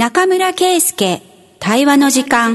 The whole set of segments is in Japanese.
中村圭介対話の時間。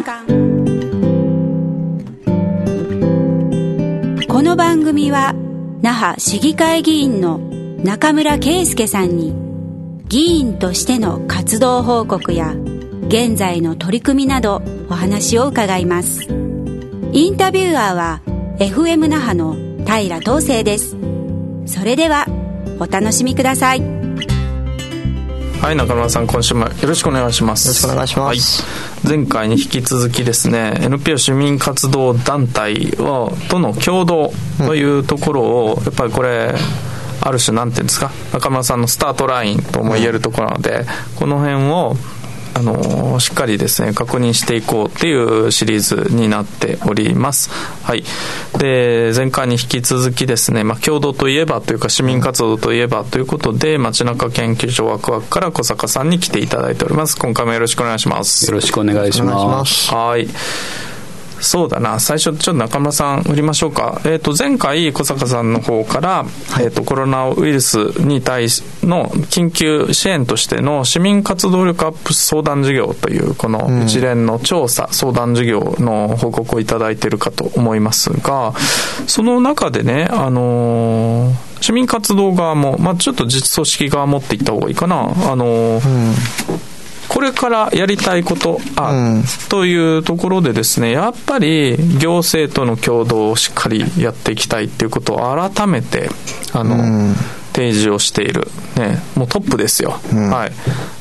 この番組は那覇市議会議員の中村圭介さんに議員としての活動報告や現在の取り組みなどお話を伺います。インタビュアーは FM 那覇の平東成です。それではお楽しみください。 はい、中村さん、今週もよろしくお願いします。 よろしくお願いします。 はい、前回に引き続きですね、NPO 市民活動団体との共同というところを、やっぱりこれある種なんていうんですか、中村さんのスタートラインとも言えるところなので、この辺をしっかりですね確認していこうっていうシリーズになっております。はい。で、前回に引き続きですね、共同といえばというか市民活動といえばということで、街中研究所ワクワクから小坂さんに来ていただいております。今回もよろしくお願いします。 よろしくお願いします。 はい。そうだな、最初ちょっと中村さん振りましょうか。前回小坂さんの方から、コロナウイルスに対しの緊急支援としての市民活動力アップ相談事業というこの一連の調査、相談事業の報告をいただいているかと思いますが、その中でね、市民活動側も、ちょっと実組織側持っていった方がいいかな、これからやりたいことというところでですね、やっぱり行政との共同をしっかりやっていきたいということを改めて提示をしている、ね、もうトップですよ。はい。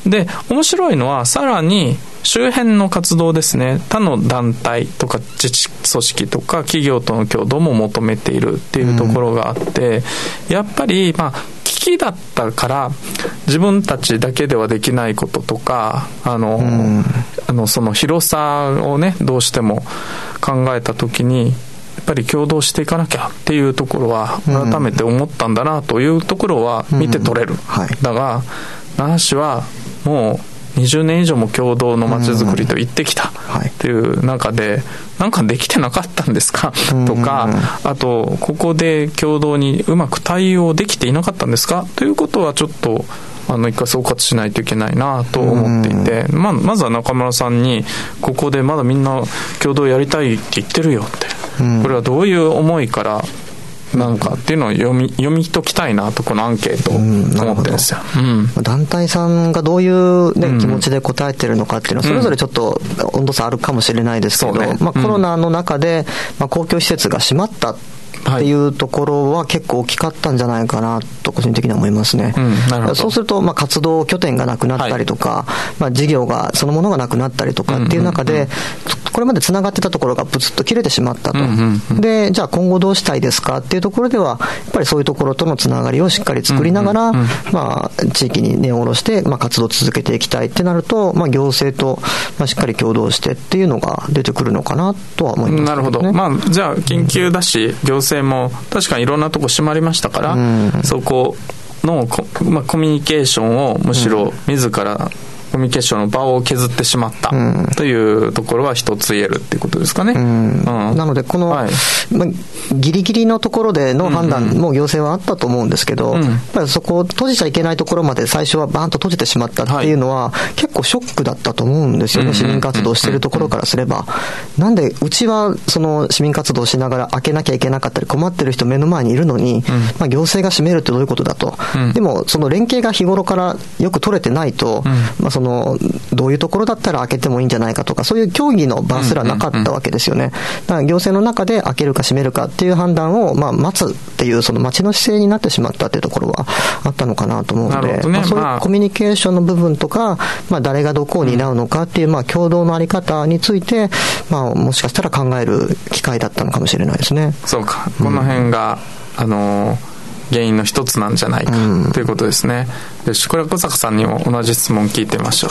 で、面白いのはさらに周辺の活動ですね、他の団体とか自治組織とか企業との共同も求めているっていうところがあって、やっぱり危機だったから自分たちだけではできないこととか、その広さをねどうしても考えた時にやっぱり共同していかなきゃっていうところは改めて思ったんだなというところは見て取れる。だが那覇市はもう20年以上も共同の街づくりと言ってきたっていう中で、なんかできてなかったんですかとか、あとここで共同にうまく対応できていなかったんですかということはちょっと一回総括しないといけないなと思っていて、まずは中村さんにここでまだみんな共同やりたいって言ってるよって、これはどういう思いからなんかっていうのを読み解きたいなと、このアンケートを思ってるんですよ。 団体さんがどういう、気持ちで答えてるのかっていうのはそれぞれちょっと温度差あるかもしれないですけど、コロナの中で、公共施設が閉まったっていうところは結構大きかったんじゃないかなと個人的には思いますね。そうすると、活動拠点がなくなったりとか、事業がそのものがなくなったりとかっていう中で、これまでつながってたところがブツッと切れてしまったと。で、じゃあ今後どうしたいですかっていうところではやっぱりそういうところとのつながりをしっかり作りながら、地域に根を下ろして、活動を続けていきたいってなると、行政と、しっかり共同してっていうのが出てくるのかなとは思います、ね。 なるほど。じゃあ緊急だし、行政も確かにいろんなとこ閉まりましたから、そこのコミュニケーションをむしろ自らコミュニケーションの場を削ってしまったというところは一つ言えるっていうことですかね。 なのでこの、ギリギリのところでの判断も行政はあったと思うんですけど、やっぱりそこを閉じちゃいけないところまで最初はバーンと閉じてしまったっていうのは、結構ショックだったと思うんですよね。市民活動してるところからすれば、なんでうちはその市民活動しながら開けなきゃいけなかったり困ってる人目の前にいるのに、行政が閉めるってどういうことだと。でもその連携が日頃からよく取れてないと、どういうところだったら開けてもいいんじゃないかとか、そういう協議の場すらなかったわけですよね。だから行政の中で開けるか閉めるかっていう判断を待つっていうその待ちの姿勢になってしまったっていうところはあったのかなと思うので、そういうコミュニケーションの部分とか、誰がどこを担うのかっていう共同のあり方について、もしかしたら考える機会だったのかもしれないですね。 そうか、この辺が原因の一つなんじゃないかということですね。よし、これは小坂さんにも同じ質問聞いてみましょう。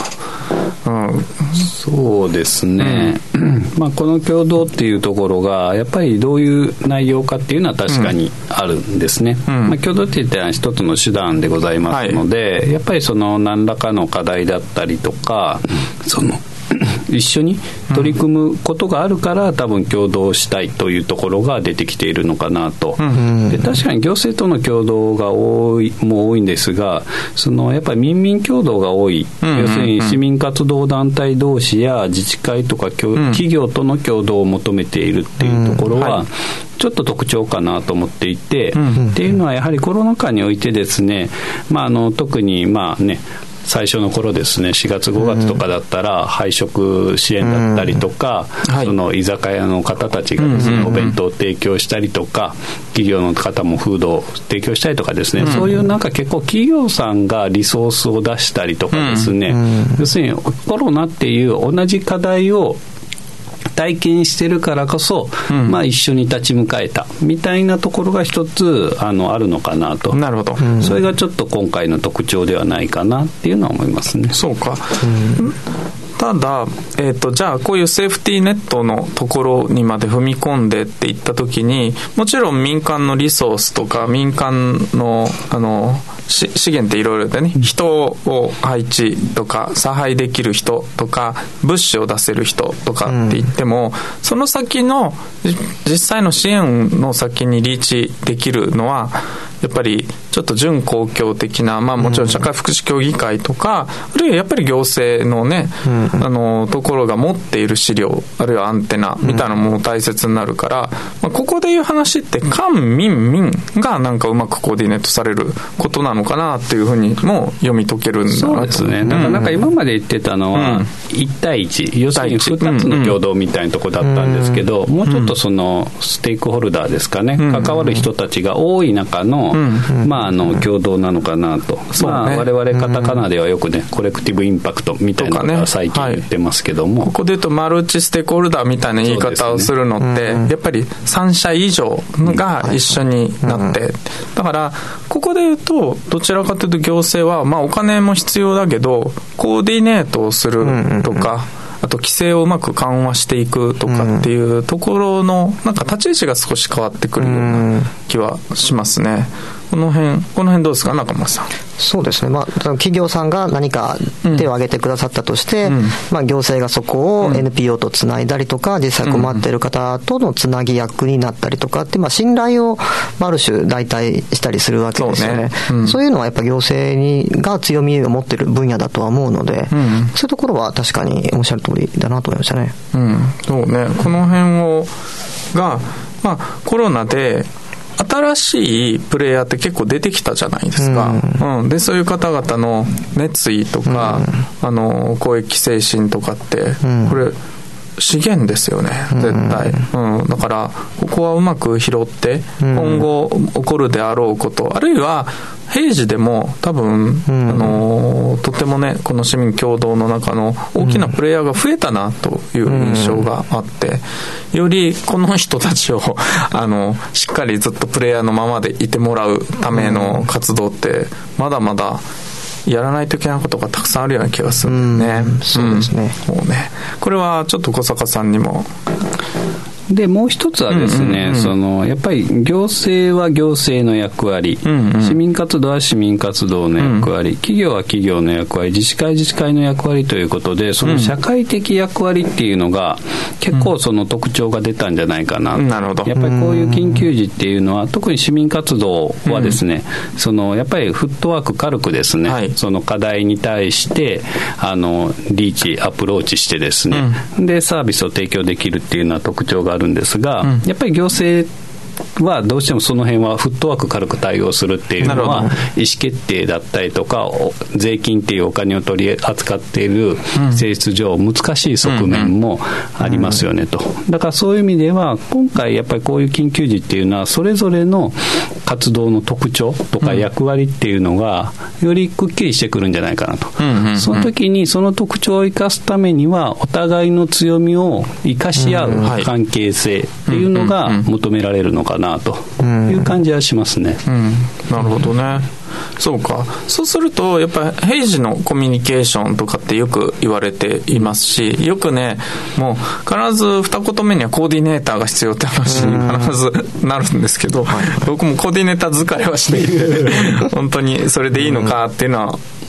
そうですね、この共同っていうところがやっぱりどういう内容かっていうのは確かにあるんですね。共同っていったら一つの手段でございますので、やっぱりその何らかの課題だったりとか、その一緒に取り組むことがあるから多分共同したいというところが出てきているのかなと、で確かに行政との共同が多いんですが、やっぱり民民共同が多い、要するに市民活動団体同士や自治会とか企業との共同を求めているっていうところは、ちょっと特徴かなと思っていて、っていうのはやはりコロナ禍においてですね、特に最初の頃ですね、4月5月とかだったら配食支援だったりとか、その居酒屋の方たちがですね、お弁当を提供したりとか、企業の方もフードを提供したりとかですね、そういう結構企業さんがリソースを出したりとかですね、要するにコロナっていう同じ課題を体験してるからこそ、一緒に立ち向かえたみたいなところが一つあるのかなと。 なるほど。 それがちょっと今回の特徴ではないかなっていうのは思いますね。 そうか。ただ、じゃあこういうセーフティーネットのところにまで踏み込んでっていったときに、もちろん民間のリソースとか民間の資源っていろいろでね、人を配置とか差配できる人とか物資を出せる人とかって言っても、その先の実際の支援の先にリーチできるのはやっぱりちょっと準公共的な、もちろん社会福祉協議会とか、あるいはやっぱり行政のね、ところが持っている資料、あるいはアンテナみたいなものも大切になるから、ここでいう話って官民民がうまくコーディネートされることなのかなっていうふうにも読み解けるんだなと。 そうですね。だから今まで言ってたのは1対1、要するに2つの共同みたいなところだったんですけど、もうちょっとそのステークホルダーですかね、関わる人たちが多い中の共同なのかなと。我々カタカナではよくね、コレクティブインパクトみたいなのが最近言ってますけども、 ここで言うとマルチステークホルダーみたいな言い方をするのって、やっぱり3社以上が一緒になって、だからここで言うとどちらかというと行政はお金も必要だけどコーディネートをするとか、あと規制をうまく緩和していくとかっていうところの立ち位置が少し変わってくるような気はしますね。この辺どうですか、中村さん。 そうですね、企業さんが何か手を挙げてくださったとして、行政がそこを NPO とつないだりとか、実際困っている方とのつなぎ役になったりとかって、信頼をある種代替したりするわけですよね。そういうのはやっぱ行政が強みを持っている分野だとは思うので、そういうところは確かにおっしゃる通りだなと思いましたね。 そうね、この辺がコロナで新しいプレイヤーって結構出てきたじゃないですか、でそういう方々の熱意とか、公益精神とかって、これ資源ですよね、絶対、だからここはうまく拾って今後起こるであろうこと、あるいは平時でも多分、とてもね、この市民共同の中の大きなプレイヤーが増えたなという印象があって、よりこの人たちをしっかりずっとプレイヤーのままでいてもらうための活動ってまだまだやらないといけないことがたくさんあるような気がするんでね。 そうですね。 もうね、これはちょっと小坂さんにも。 でもう一つはですね、やっぱり行政は行政の役割、市民活動は市民活動の役割、企業は企業の役割、自治会は自治会の役割ということで、その社会的役割っていうのが結構その特徴が出たんじゃないかな。 なるほど。 やっぱりこういう緊急時っていうのは、特に市民活動はですね、やっぱりフットワーク軽くですね、その課題に対してリーチアプローチしてですね、でサービスを提供できるっていうのは特徴があるんですが、やっぱり行政はどうしてもその辺はフットワーク軽く対応するっていうのは意思決定だったりとか税金っていうお金を取り扱っている性質上難しい側面もありますよねと。だからそういう意味では今回やっぱりこういう緊急時っていうのはそれぞれの活動の特徴とか役割っていうのがよりくっきりしてくるんじゃないかなと。その時にその特徴を生かすためにはお互いの強みを生かし合う関係性っていうのが求められるのかなという感じはしますね。 なるほどね。そうか。そうするとやっぱり平時のコミュニケーションとかってよく言われていますし、よくね、もう必ず二言目にはコーディネーターが必要って話に必ずなるんですけど、僕もコーディネーター疲れはしていて本当にそれでいいのかっていうのは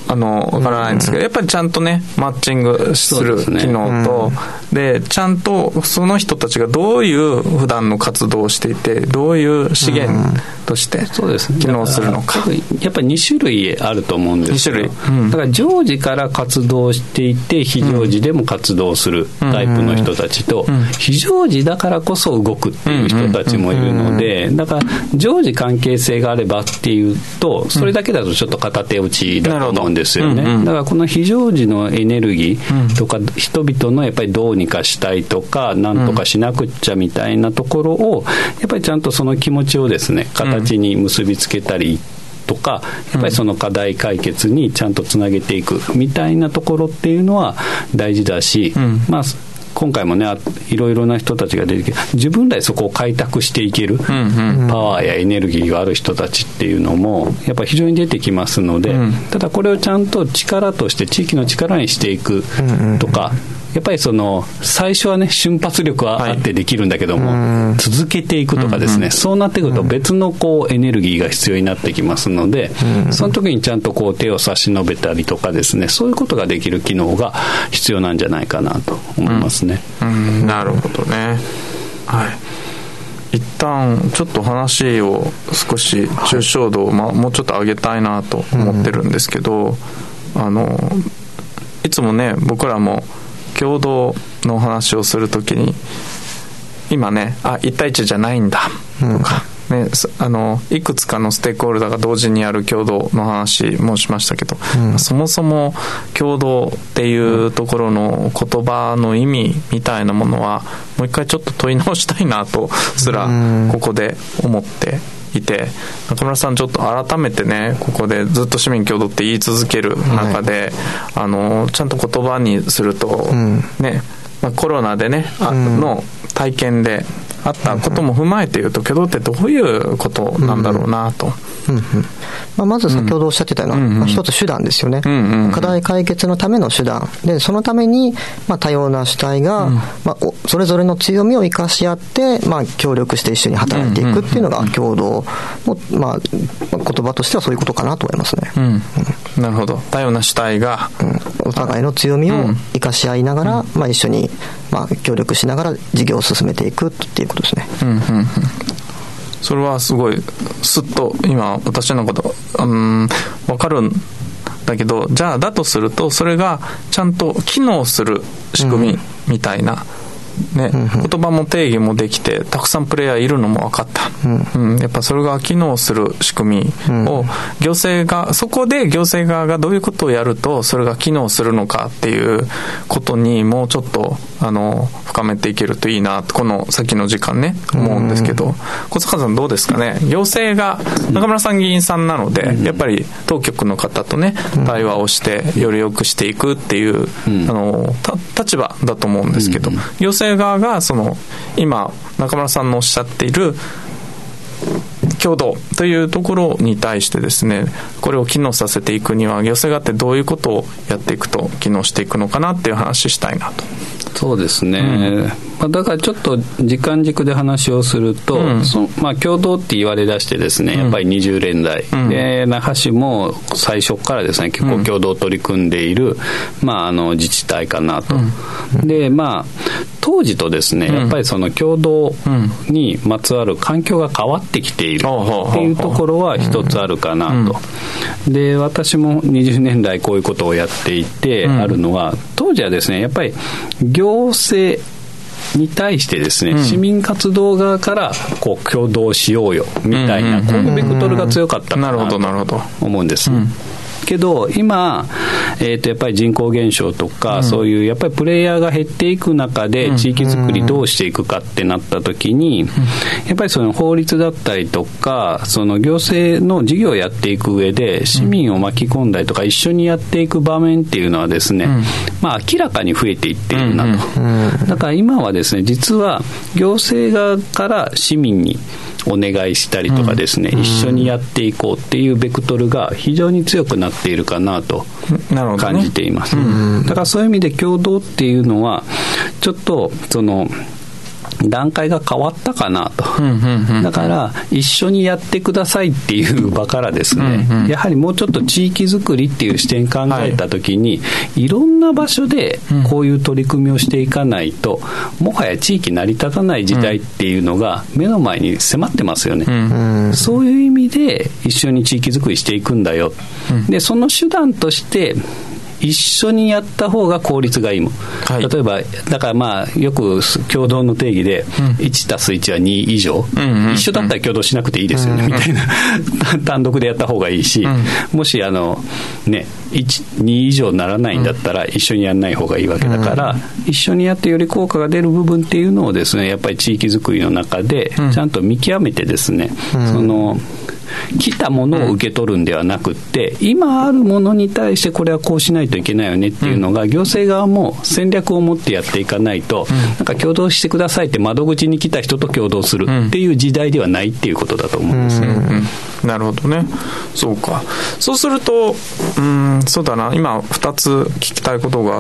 わからないんですけど、やっぱりちゃんとねマッチングする機能と、でちゃんとその人たちがどういう普段の活動をしていて、どういう資源として機能するのか。 やっぱり2種類あると思うんですよ。 2種類、 だから常時から活動していて非常時でも活動するタイプの人たちと、非常時だからこそ動くっていう人たちもいるので、だから常時関係性があればっていうと、それだけだとちょっと片手打ちだと思うんですよね。だからこの非常時のエネルギーとか、人々のやっぱりどうにかしたいとか、なんとかしなくっちゃみたいなところを、やっぱりちゃんとその気持ちをですね、形に結びつけたりとか、やっぱりその課題解決にちゃんとつなげていくみたいなところっていうのは大事だし、まあ今回もね、いろいろな人たちが出てきて、自分らでそこを開拓していける、パワーやエネルギーがある人たちっていうのもやっぱり非常に出てきますので、ただこれをちゃんと力として地域の力にしていくとか、やっぱりその最初はね瞬発力はあってできるんだけども、続けていくとかですね、そうなってくると別のこうエネルギーが必要になってきますので、その時にちゃんとこう手を差し伸べたりとかですね、そういうことができる機能が必要なんじゃないかなと思いますね。 なるほどね。はい、一旦ちょっと話を少し抽象度をもうちょっと上げたいなと思ってるんですけど、いつもね僕らも共同の話をするときに今ね1対1じゃないんだとか、ね、いくつかのステークホルダーが同時にやる共同の話もしましたけど、そもそも共同っていうところの言葉の意味みたいなものはもう一回ちょっと問い直したいなとすらここで思っていて、中村さんちょっと改めてねここでずっと市民共同って言い続ける中で、ちゃんと言葉にすると、ね、コロナでねの体験であったことも踏まえて言うと、共同ってどういうことなんだろうなと。 まず先ほどおっしゃってたような、一つ手段ですよね。課題解決のための手段で、そのために多様な主体が、それぞれの強みを生かし合って、協力して一緒に働いていくっていうのが共同の、言葉としてはそういうことかなと思いますね。 なるほど。多様な主体が、 お互いの強みを生かし合いながら、一緒に、協力しながら事業を進めていくっていうことですね。 それはすごいすっと今私のこと分かるんだけど、じゃあだとするとそれがちゃんと機能する仕組みみたいな、ね、言葉も定義もできてたくさんプレイヤーいるのも分かった、やっぱそれが機能する仕組みを行政が、そこで行政側がどういうことをやるとそれが機能するのかっていうことにもうちょっと深めていけるといいな、この先の時間ね思うんですけど、小坂さんどうですかね。行政が中村さん議員さんなので、やっぱり当局の方とね対話をしてより良くしていくっていう立場だと思うんですけど、行政側がその今中村さんのおっしゃっている共同というところに対してですね、これを機能させていくには行政側ってどういうことをやっていくと機能していくのかなっていう話したいなと。 そうですね、だからちょっと時間軸で話をすると、共同って言われだしてですね、やっぱり20年代、で那覇市も最初からですね結構共同を取り組んでいる、自治体かなと、で当時とですねやっぱりその共同にまつわる環境が変わってきているっていうところは一つあるかなと。で私も20年代こういうことをやっていてあるのは、当時はですねやっぱり行政に対してですね、市民活動側からこう共同しようよみたいな、こういうベクトルが強かったかなと思うんです。けど今、やっぱり人口減少とか、そういうやっぱりプレイヤーが減っていく中で地域づくりどうしていくかってなった時に、やっぱりその法律だったりとかその行政の事業をやっていく上で市民を巻き込んだりとか一緒にやっていく場面っていうのはですね、明らかに増えていっているなと。だから今はですね実は行政側から市民にお願いしたりとかですね、一緒にやっていこうっていうベクトルが非常に強くなっているかなと感じています。だからそういう意味で共同っていうのはちょっとその段階が変わったかなと。だから一緒にやってくださいっていう場からですね、やはりもうちょっと地域づくりっていう視点考えたときに、いろんな場所でこういう取り組みをしていかないと、もはや地域成り立たない時代っていうのが目の前に迫ってますよね。そういう意味で一緒に地域づくりしていくんだよ。でその手段として一緒にやった方が効率がいいもん、はい、例えばだからまあよく共同の定義で 1+1 は2以上、一緒だったら共同しなくていいですよね、みたいな単独でやった方がいいし、もしね2以上ならないんだったら一緒にやらない方がいいわけだから、一緒にやってより効果が出る部分っていうのをですね、やっぱり地域づくりの中でちゃんと見極めてですね、その来たものを受け取るんではなくって、今あるものに対してこれはこうしないといけないよねっていうのが、行政側も戦略を持ってやっていかないと、なんか共同してくださいって窓口に来た人と共同するっていう時代ではないっていうことだと思うんですね。 なるほどね。そうか。そうするとそうだな、今2つ聞きたいことがあって、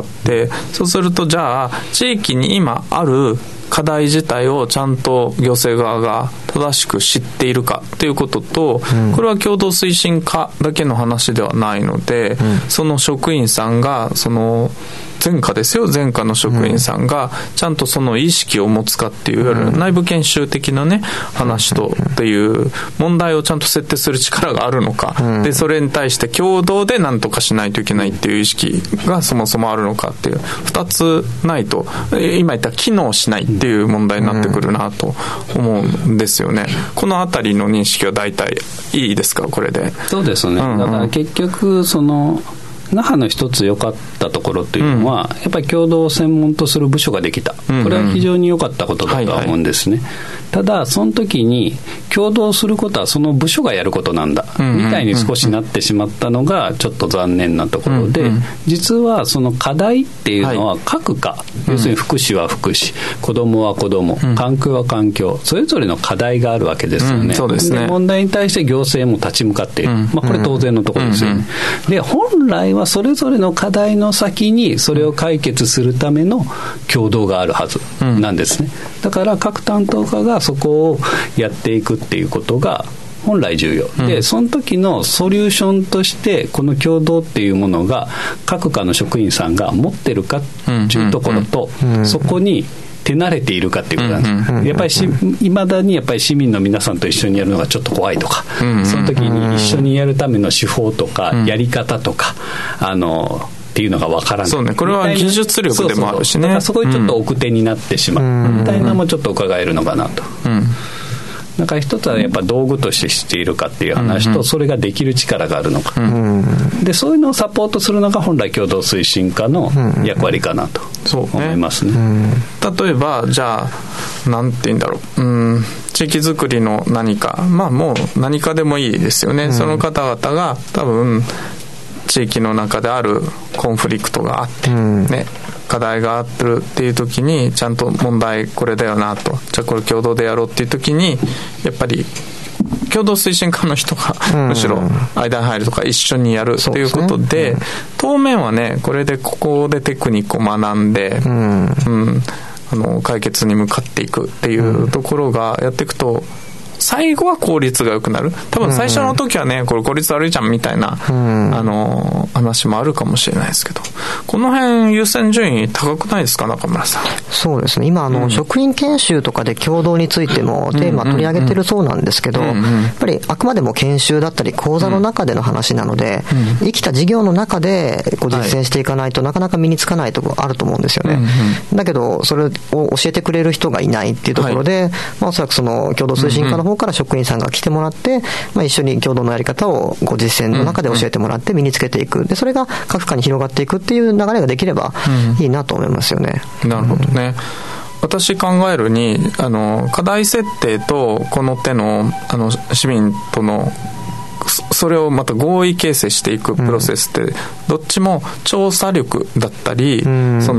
そうするとじゃあ地域に今ある課題自体をちゃんと行政側が正しく知っているかということと、これは共同推進課だけの話ではないので、その職員さんがその前科ですよ、前科の職員さんがちゃんとその意識を持つかっていうより内部研修的なね話とっていう問題をちゃんと設定する力があるのか、でそれに対して共同で何とかしないといけないっていう意識がそもそもあるのかっていう2つないと、今言った機能しないっていう問題になってくるなと思うんですよね。このあたりの認識は大体いいですか、これで。 そうですね、だから結局その那覇の一つ良かったところというのは、やっぱり共同を専門とする部署ができた、これは非常に良かったことだとは思うんですね。ただその時に共同することはその部署がやることなんだ、みたいに少しなってしまったのがちょっと残念なところで、実はその課題っていうのは各課、要するに福祉は福祉、子どもは子ども、環境は環境、それぞれの課題があるわけですよね。 そうですね。 で問題に対して行政も立ち向かっている、これ当然のところですよね。で本来はそれぞれの課題の先にそれを解決するための共同があるはずなんですね。だから各担当課がそこをやっていくっていうことが本来重要で、その時のソリューションとしてこの共同っていうものが各課の職員さんが持ってるかっていうところと、そこに手慣れているかっていうことなんです。やっぱりいまだにやっぱり市民の皆さんと一緒にやるのがちょっと怖いとか、その時に一緒にやるための手法とかやり方とかっていうのがわからない。 そうね、これは技術力でもあるしね。 だからそこにちょっと奥手になってしまうみたいなのもちょっと伺えるのかなと。だから一つはやっぱ道具として知っているかっていう話と、それができる力があるのか、でそういうのをサポートするのが本来共同推進課の役割かなと思いますね。 例えばじゃあなんて言うんだろう、地域づくりの何か、もう何かでもいいですよね。その方々が多分地域の中であるコンフリクトがあって、課題があるっていう時にちゃんと問題これだよなと、じゃあこれ共同でやろうっていう時にやっぱり共同推進課の人がむしろ間に入るとか一緒にやるっていうことで、当面はねこれでここでテクニックを学んで、解決に向かっていくっていうところがやっていくと最後は効率が良くなる。多分最初の時はね、これ効率悪いじゃんみたいな、話もあるかもしれないですけど、この辺優先順位高くないですか、中村さん。 そうですね、今職員研修とかで共同についてもテーマ取り上げてるそうなんですけど、やっぱりあくまでも研修だったり講座の中での話なので、生きた事業の中で実践していかないとなかなか身につかないところあると思うんですよね。だけどそれを教えてくれる人がいないっていうところで、おそらくその共同推進課の方から職員さんが来てもらって、一緒に共同のやり方を実践の中で教えてもらって身につけていく。でそれが各課に広がっていくっていう流れができればいいなと思いますよね。 なるほどね。私考えるに課題設定とこの手の市民とのそれをまた合意形成していくプロセスって、どっちも調査力だったり、その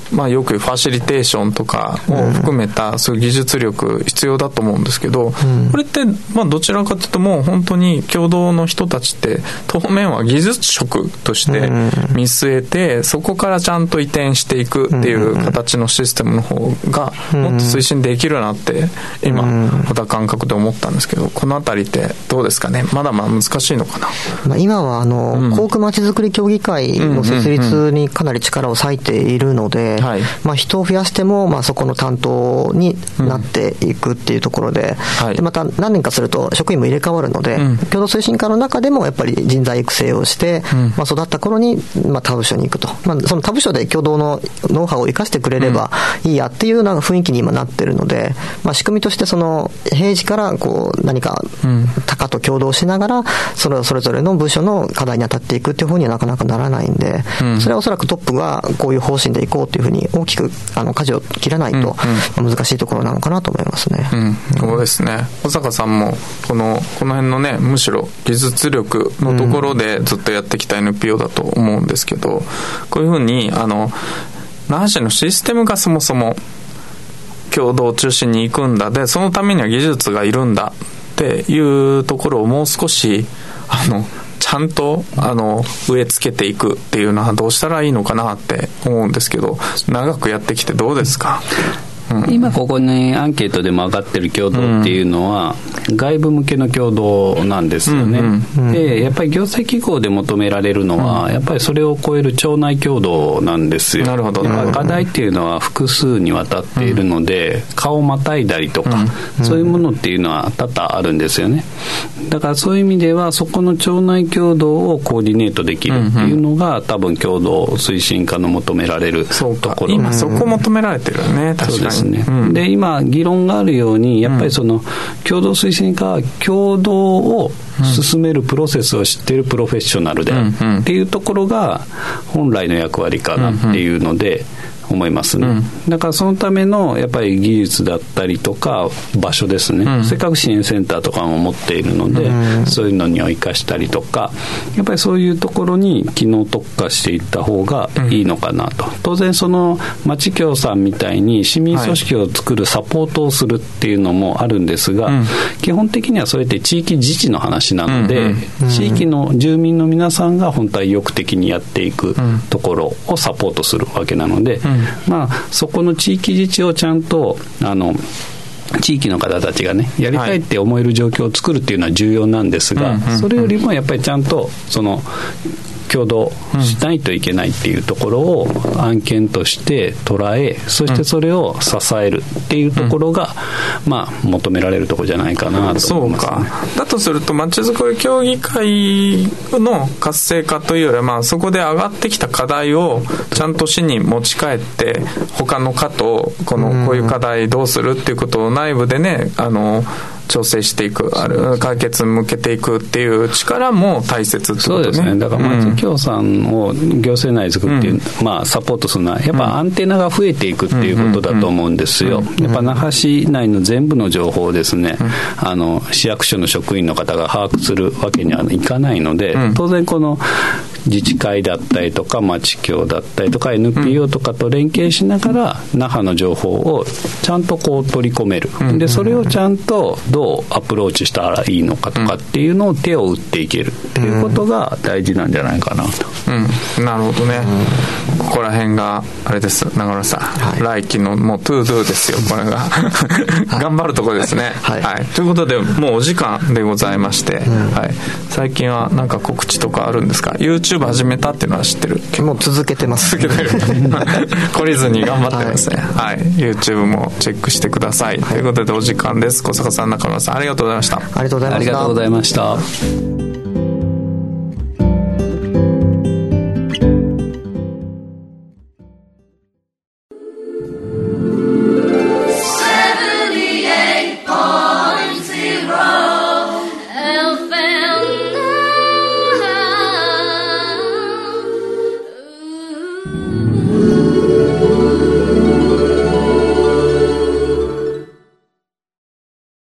よくファシリテーションとかを含めたそういう技術力必要だと思うんですけど、これってどちらかというともう本当に共同の人たちって当面は技術職として見据えて、そこからちゃんと移転していくっていう形のシステムの方がもっと推進できるなって今肌感覚で思ったんですけど、このあたりってどうですかね。まだまだ難しいのかな。 今は航空まちづくり協議会の設立にかなり力を割いているので、人を増やしてもそこの担当になっていくっていうところで、でまた何年かすると職員も入れ替わるので、共同推進課の中でもやっぱり人材育成をして、育った頃に他部署に行くと、その他部署で共同のノウハウを生かしてくれればいいやっていうような雰囲気に今なってるので、仕組みとしてその平時から何か他課と共同しながらそれぞれの部署の課題に当たっていくっていう方にはなかなかならないんで、それはおそらくトップがこういう方針でいこうっていうふうに大きく舵を切らないと難しいところなのかなと思いますね。 そうですね。小坂さんもこの辺のね、むしろ技術力のところでずっとやってきた NPO だと思うんですけど、こういうふうに那覇市のシステムがそもそも共同中心に行くんだ、でそのためには技術がいるんだっていうところをもう少しちゃんと植え付けていくっていうのはどうしたらいいのかなって思うんですけど、長くやってきてどうですか？ 今ここにアンケートでも上がってる共同っていうのは、外部向けの共同なんですよね。でやっぱり行政機構で求められるのは、やっぱりそれを超える町内共同なんですよ。 なるほど。 課題っていうのは複数にわたっているので、顔をまたいだりとか、そういうものっていうのは多々あるんですよね。だからそういう意味ではそこの町内共同をコーディネートできるっていうのが、多分共同推進課の求められるところ。 今そこ求められてるよね。確かに。 で今議論があるように、やっぱりその共同推進課は共同を進めるプロセスを知っているプロフェッショナルであるっていうところが本来の役割かなっていうので思いますね。だからそのためのやっぱり技術だったりとか場所ですね、せっかく支援センターとかも持っているので、そういうのにを生かしたりとか、やっぱりそういうところに機能特化していった方がいいのかなと。当然その町協さんみたいに市民組織を作るサポートをするっていうのもあるんですが、基本的にはそれって地域自治の話なので、地域の住民の皆さんが本当は意欲的にやっていくところをサポートするわけなので、そこの地域自治をちゃんと地域の方たちがねやりたいって思える状況を作るっていうのは重要なんですが、それよりもやっぱりちゃんとその共同しないといけないっていうところを案件として捉え、そしてそれを支えるっていうところが、求められるところじゃないかなと思いますね。 そうか。だとするとまちづくり協議会の活性化というよりは、そこで上がってきた課題をちゃんと市に持ち帰って他の課とこういう課題どうするっていうことを内部でね調整していく、解決に向けていくっていう力も大切ってことね。 そうですね。だから町協さんを行政内づくっていう、サポートするのはやっぱアンテナが増えていくっていうことだと思うんですよ。やっぱ那覇市内の全部の情報をですね、市役所の職員の方が把握するわけにはいかないので、当然この自治会だったりとか町協だったりとか NPO とかと連携しながら那覇の情報をちゃんと取り込める。でそれをちゃんとどうアプローチしたらいいのかとかっていうのを手を打っていけるっていうことが大事なんじゃないかなと。 なるほどね。ここら辺があれです、長村さん、来期のもうトゥードゥですよ、これが頑張るところですね。ということでもうお時間でございまして、最近は何か告知とかあるんですか？ YouTube 始めたっていうのは知ってる？ もう続けてます。 続けてる懲りずに頑張ってますね。YouTube もチェックしてください。ということでお時間です。小坂さん、中村さん、ありがとうございました。 ありがとうございました。 ありがとうございました。